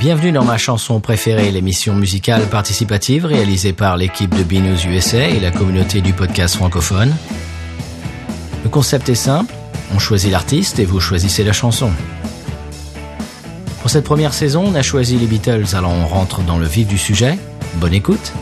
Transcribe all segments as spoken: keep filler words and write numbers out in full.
Bienvenue dans ma chanson préférée, l'émission musicale participative réalisée par l'équipe de B-News U S A et la communauté du podcast francophone. Le concept est simple, on choisit l'artiste et vous choisissez la chanson. Pour cette première saison, on a choisi les Beatles, alors on rentre dans le vif du sujet. Bonne écoute.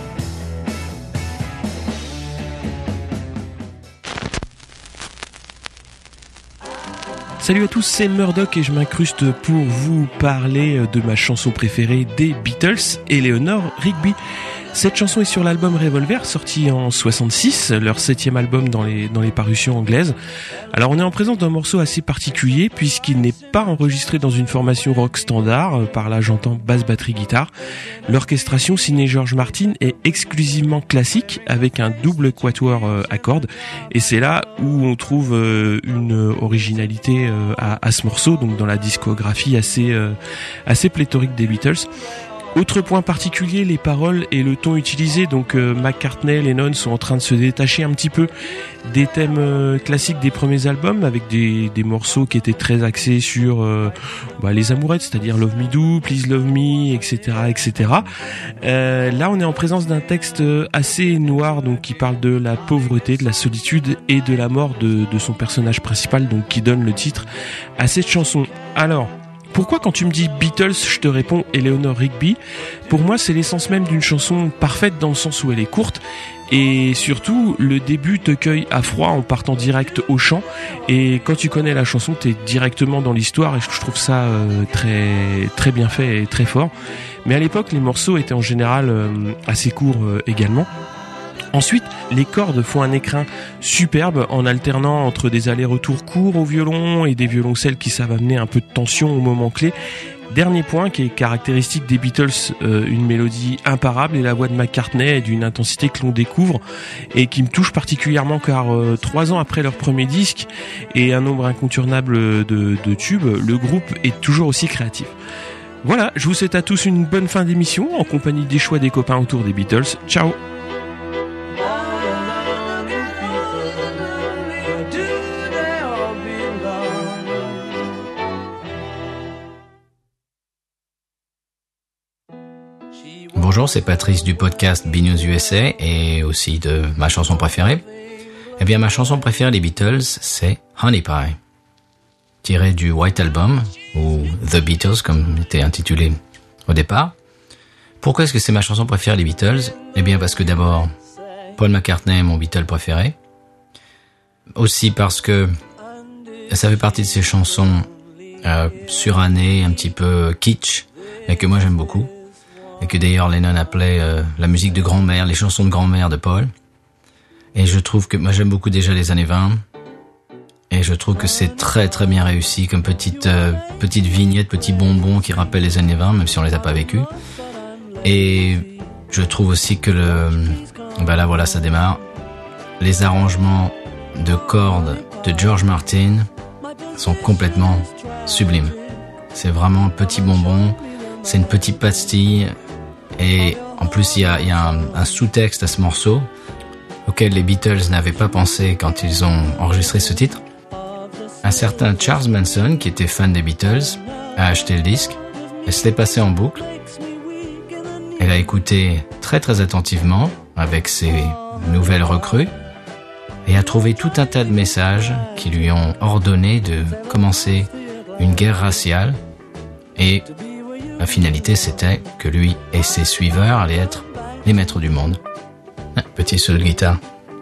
Salut à tous, c'est Murdoch et je m'incruste pour vous parler de ma chanson préférée des Beatles, Eleanor Rigby. Cette chanson est sur l'album Revolver, sorti en soixante-six, leur septième album dans les, dans les parutions anglaises. Alors on est en présence d'un morceau assez particulier puisqu'il n'est pas enregistré dans une formation rock standard, par là j'entends basse, batterie, guitare. L'orchestration signée George Martin est exclusivement classique avec un double quatuor à cordes et c'est là où on trouve une originalité à, à ce morceau, donc dans la discographie assez, assez pléthorique des Beatles. Autre point particulier, les paroles et le ton utilisé. Donc euh, McCartney et Lennon sont en train de se détacher un petit peu des thèmes euh, classiques des premiers albums, avec des, des morceaux qui étaient très axés sur euh, bah, les amourettes, c'est-à-dire Love Me Do, Please Love Me, et cetera, et cetera. Euh, là, on est en présence d'un texte assez noir, donc qui parle de la pauvreté, de la solitude et de la mort de, de son personnage principal, donc qui donne le titre à cette chanson. Alors, pourquoi quand tu me dis Beatles, je te réponds Eleanor Rigby? Pour moi, c'est l'essence même d'une chanson parfaite dans le sens où elle est courte et surtout, le début te cueille à froid en partant direct au chant et quand tu connais la chanson, t'es directement dans l'histoire et je trouve ça euh, très très bien fait et très fort. Mais à l'époque, les morceaux étaient en général euh, assez courts euh, également. Ensuite, les cordes font un écrin superbe en alternant entre des allers-retours courts au violon et des violoncelles qui savent amener un peu de tension au moment clé. Dernier point qui est caractéristique des Beatles, euh, une mélodie imparable et la voix de McCartney est d'une intensité que l'on découvre et qui me touche particulièrement car euh, trois ans après leur premier disque et un nombre incontournable de, de tubes, le groupe est toujours aussi créatif. Voilà, je vous souhaite à tous une bonne fin d'émission en compagnie des choix des copains autour des Beatles. Ciao! Bonjour, c'est Patrice du podcast B-News U S A et aussi de ma chanson préférée. Eh bien, ma chanson préférée des Beatles, c'est Honey Pie, tirée du White Album, ou The Beatles, comme était intitulé au départ. Pourquoi est-ce que c'est ma chanson préférée des Beatles? Eh bien, parce que d'abord, Paul McCartney est mon Beatle préféré. Aussi parce que ça fait partie de ces chansons euh, surannées, un petit peu kitsch, mais que moi j'aime beaucoup. Et que d'ailleurs Lennon appelait euh, la musique de grand-mère, les chansons de grand-mère de Paul. Et je trouve que, moi j'aime beaucoup déjà les années vingt, et je trouve que c'est très très bien réussi comme petite euh, petite vignette, petit bonbon qui rappelle les années vingt, même si on les a pas vécues. Et je trouve aussi que le, ben là voilà ça démarre, les arrangements de cordes de George Martin sont complètement sublimes. C'est vraiment un petit bonbon, c'est une petite pastille. Et en plus, il y a, il y a un, un sous-texte à ce morceau auquel les Beatles n'avaient pas pensé quand ils ont enregistré ce titre. Un certain Charles Manson, qui était fan des Beatles, a acheté le disque et se l'est passé en boucle. Elle a écouté très très attentivement avec ses nouvelles recrues et a trouvé tout un tas de messages qui lui ont ordonné de commencer une guerre raciale et la finalité, c'était que lui et ses suiveurs allaient être les maîtres du monde. Ah, petit solo de guitare.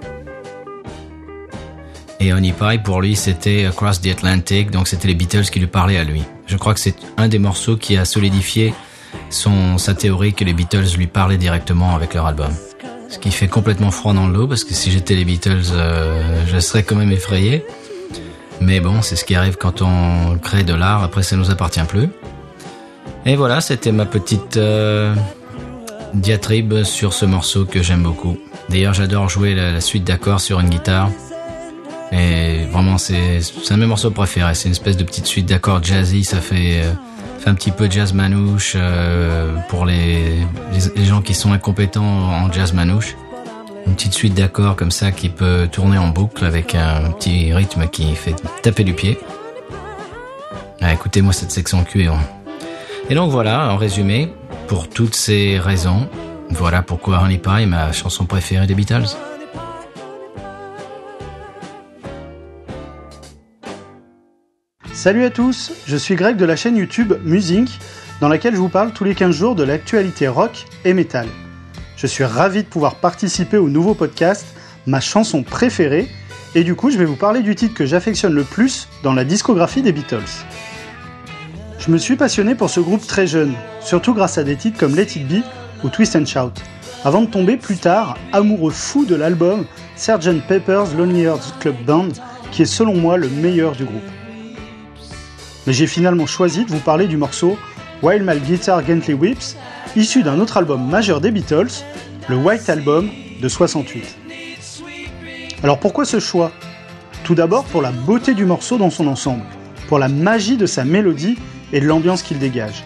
Et Honey Pie, pour lui, c'était Across the Atlantic, donc c'était les Beatles qui lui parlaient à lui. Je crois que c'est un des morceaux qui a solidifié son, sa théorie que les Beatles lui parlaient directement avec leur album. Ce qui fait complètement froid dans le dos, parce que si j'étais les Beatles, euh, je serais quand même effrayé. Mais bon, c'est ce qui arrive quand on crée de l'art, après ça nous appartient plus. Et voilà, c'était ma petite euh, diatribe sur ce morceau que j'aime beaucoup. D'ailleurs, j'adore jouer la, la suite d'accords sur une guitare. Et vraiment, c'est, c'est un de mes morceaux préférés. C'est une espèce de petite suite d'accords jazzy. Ça fait, euh, fait un petit peu jazz manouche euh, pour les, les, les gens qui sont incompétents en jazz manouche. Une petite suite d'accords comme ça qui peut tourner en boucle avec un petit rythme qui fait taper du pied. Ah, écoutez-moi cette section cuir. Et donc voilà, en résumé, pour toutes ces raisons, voilà pourquoi Honey Pie est ma chanson préférée des Beatles. Salut à tous, je suis Greg de la chaîne YouTube Musink, dans laquelle je vous parle tous les quinze jours de l'actualité rock et métal. Je suis ravi de pouvoir participer au nouveau podcast, ma chanson préférée, et du coup je vais vous parler du titre que j'affectionne le plus dans la discographie des Beatles. Je me suis passionné pour ce groupe très jeune, surtout grâce à des titres comme Let It Be ou Twist and Shout, avant de tomber plus tard amoureux fou de l'album sergeant Pepper's Lonely Hearts Club Band, qui est selon moi le meilleur du groupe. Mais j'ai finalement choisi de vous parler du morceau While My Guitar Gently Weeps, issu d'un autre album majeur des Beatles, le White Album de soixante-huit. Alors pourquoi ce choix ? Tout d'abord pour la beauté du morceau dans son ensemble, pour la magie de sa mélodie et de l'ambiance qu'il dégage.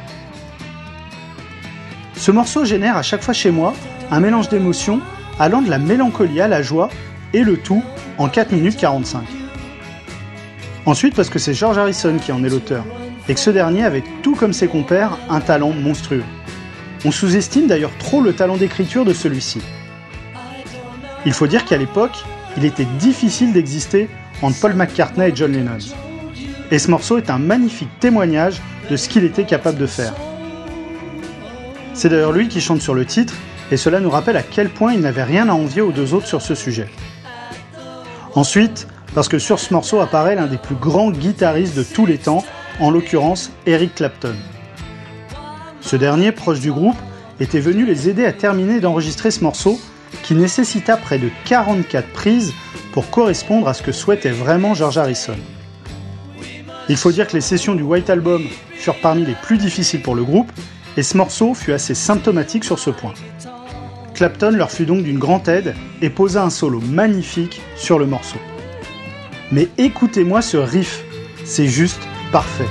Ce morceau génère à chaque fois chez moi un mélange d'émotions allant de la mélancolie à la joie, et le tout en quatre minutes quarante-cinq. Ensuite parce que c'est George Harrison qui en est l'auteur, et que ce dernier avait tout comme ses compères un talent monstrueux. On sous-estime d'ailleurs trop le talent d'écriture de celui-ci. Il faut dire qu'à l'époque, il était difficile d'exister entre Paul McCartney et John Lennon. Et ce morceau est un magnifique témoignage de ce qu'il était capable de faire. C'est d'ailleurs lui qui chante sur le titre, et cela nous rappelle à quel point il n'avait rien à envier aux deux autres sur ce sujet. Ensuite, parce que sur ce morceau apparaît l'un des plus grands guitaristes de tous les temps, en l'occurrence Eric Clapton. Ce dernier, proche du groupe, était venu les aider à terminer d'enregistrer ce morceau, qui nécessita près de quarante-quatre prises pour correspondre à ce que souhaitait vraiment George Harrison. Il faut dire que les sessions du White Album furent parmi les plus difficiles pour le groupe, et ce morceau fut assez symptomatique sur ce point. Clapton leur fut donc d'une grande aide et posa un solo magnifique sur le morceau. Mais écoutez-moi ce riff, c'est juste parfait.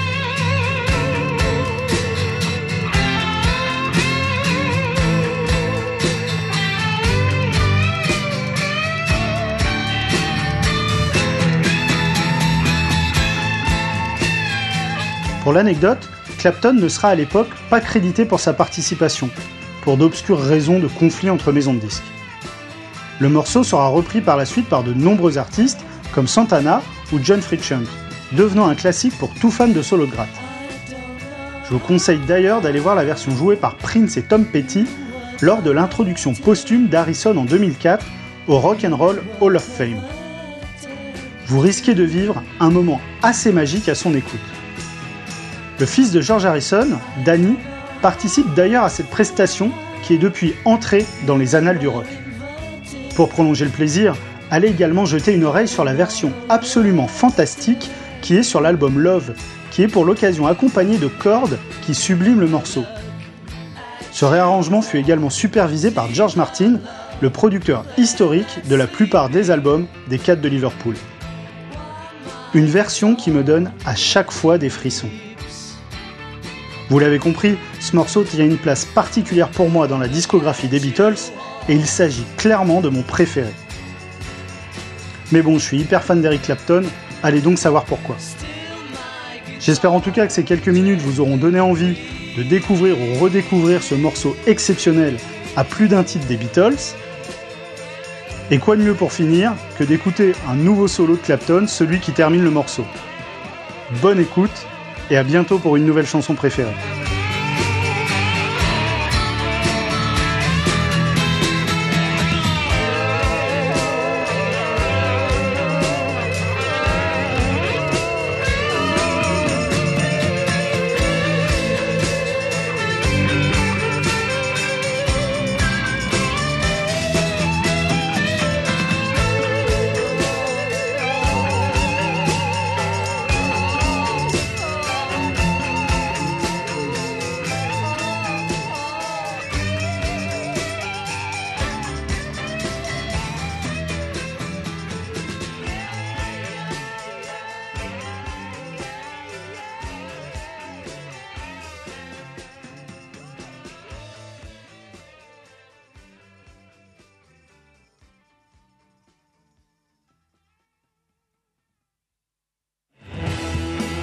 Pour l'anecdote, Clapton ne sera à l'époque pas crédité pour sa participation, pour d'obscures raisons de conflit entre maisons de disques. Le morceau sera repris par la suite par de nombreux artistes, comme Santana ou John Frusciante, devenant un classique pour tout fan de solo de gratte. Je vous conseille d'ailleurs d'aller voir la version jouée par Prince et Tom Petty lors de l'introduction posthume d'Harrison en deux mille quatre au Rock and Roll Hall of Fame. Vous risquez de vivre un moment assez magique à son écoute. Le fils de George Harrison, Danny, participe d'ailleurs à cette prestation qui est depuis entrée dans les annales du rock. Pour prolonger le plaisir, allez également jeter une oreille sur la version absolument fantastique qui est sur l'album Love, qui est pour l'occasion accompagné de cordes qui subliment le morceau. Ce réarrangement fut également supervisé par George Martin, le producteur historique de la plupart des albums des Cats de Liverpool. Une version qui me donne à chaque fois des frissons. Vous l'avez compris, ce morceau tient une place particulière pour moi dans la discographie des Beatles, et il s'agit clairement de mon préféré. Mais bon, je suis hyper fan d'Eric Clapton, allez donc savoir pourquoi. J'espère en tout cas que ces quelques minutes vous auront donné envie de découvrir ou redécouvrir ce morceau exceptionnel à plus d'un titre des Beatles. Et quoi de mieux pour finir que d'écouter un nouveau solo de Clapton, celui qui termine le morceau. Bonne écoute, et à bientôt pour une nouvelle chanson préférée.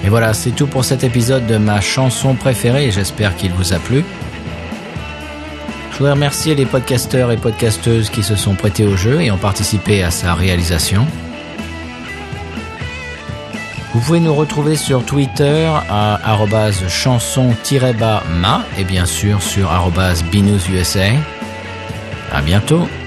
Et voilà, c'est tout pour cet épisode de ma chanson préférée et j'espère qu'il vous a plu. Je voudrais remercier les podcasteurs et podcasteuses qui se sont prêtés au jeu et ont participé à sa réalisation. Vous pouvez nous retrouver sur Twitter à arobase chanson-ma et bien sûr sur arobase binoususa. À bientôt.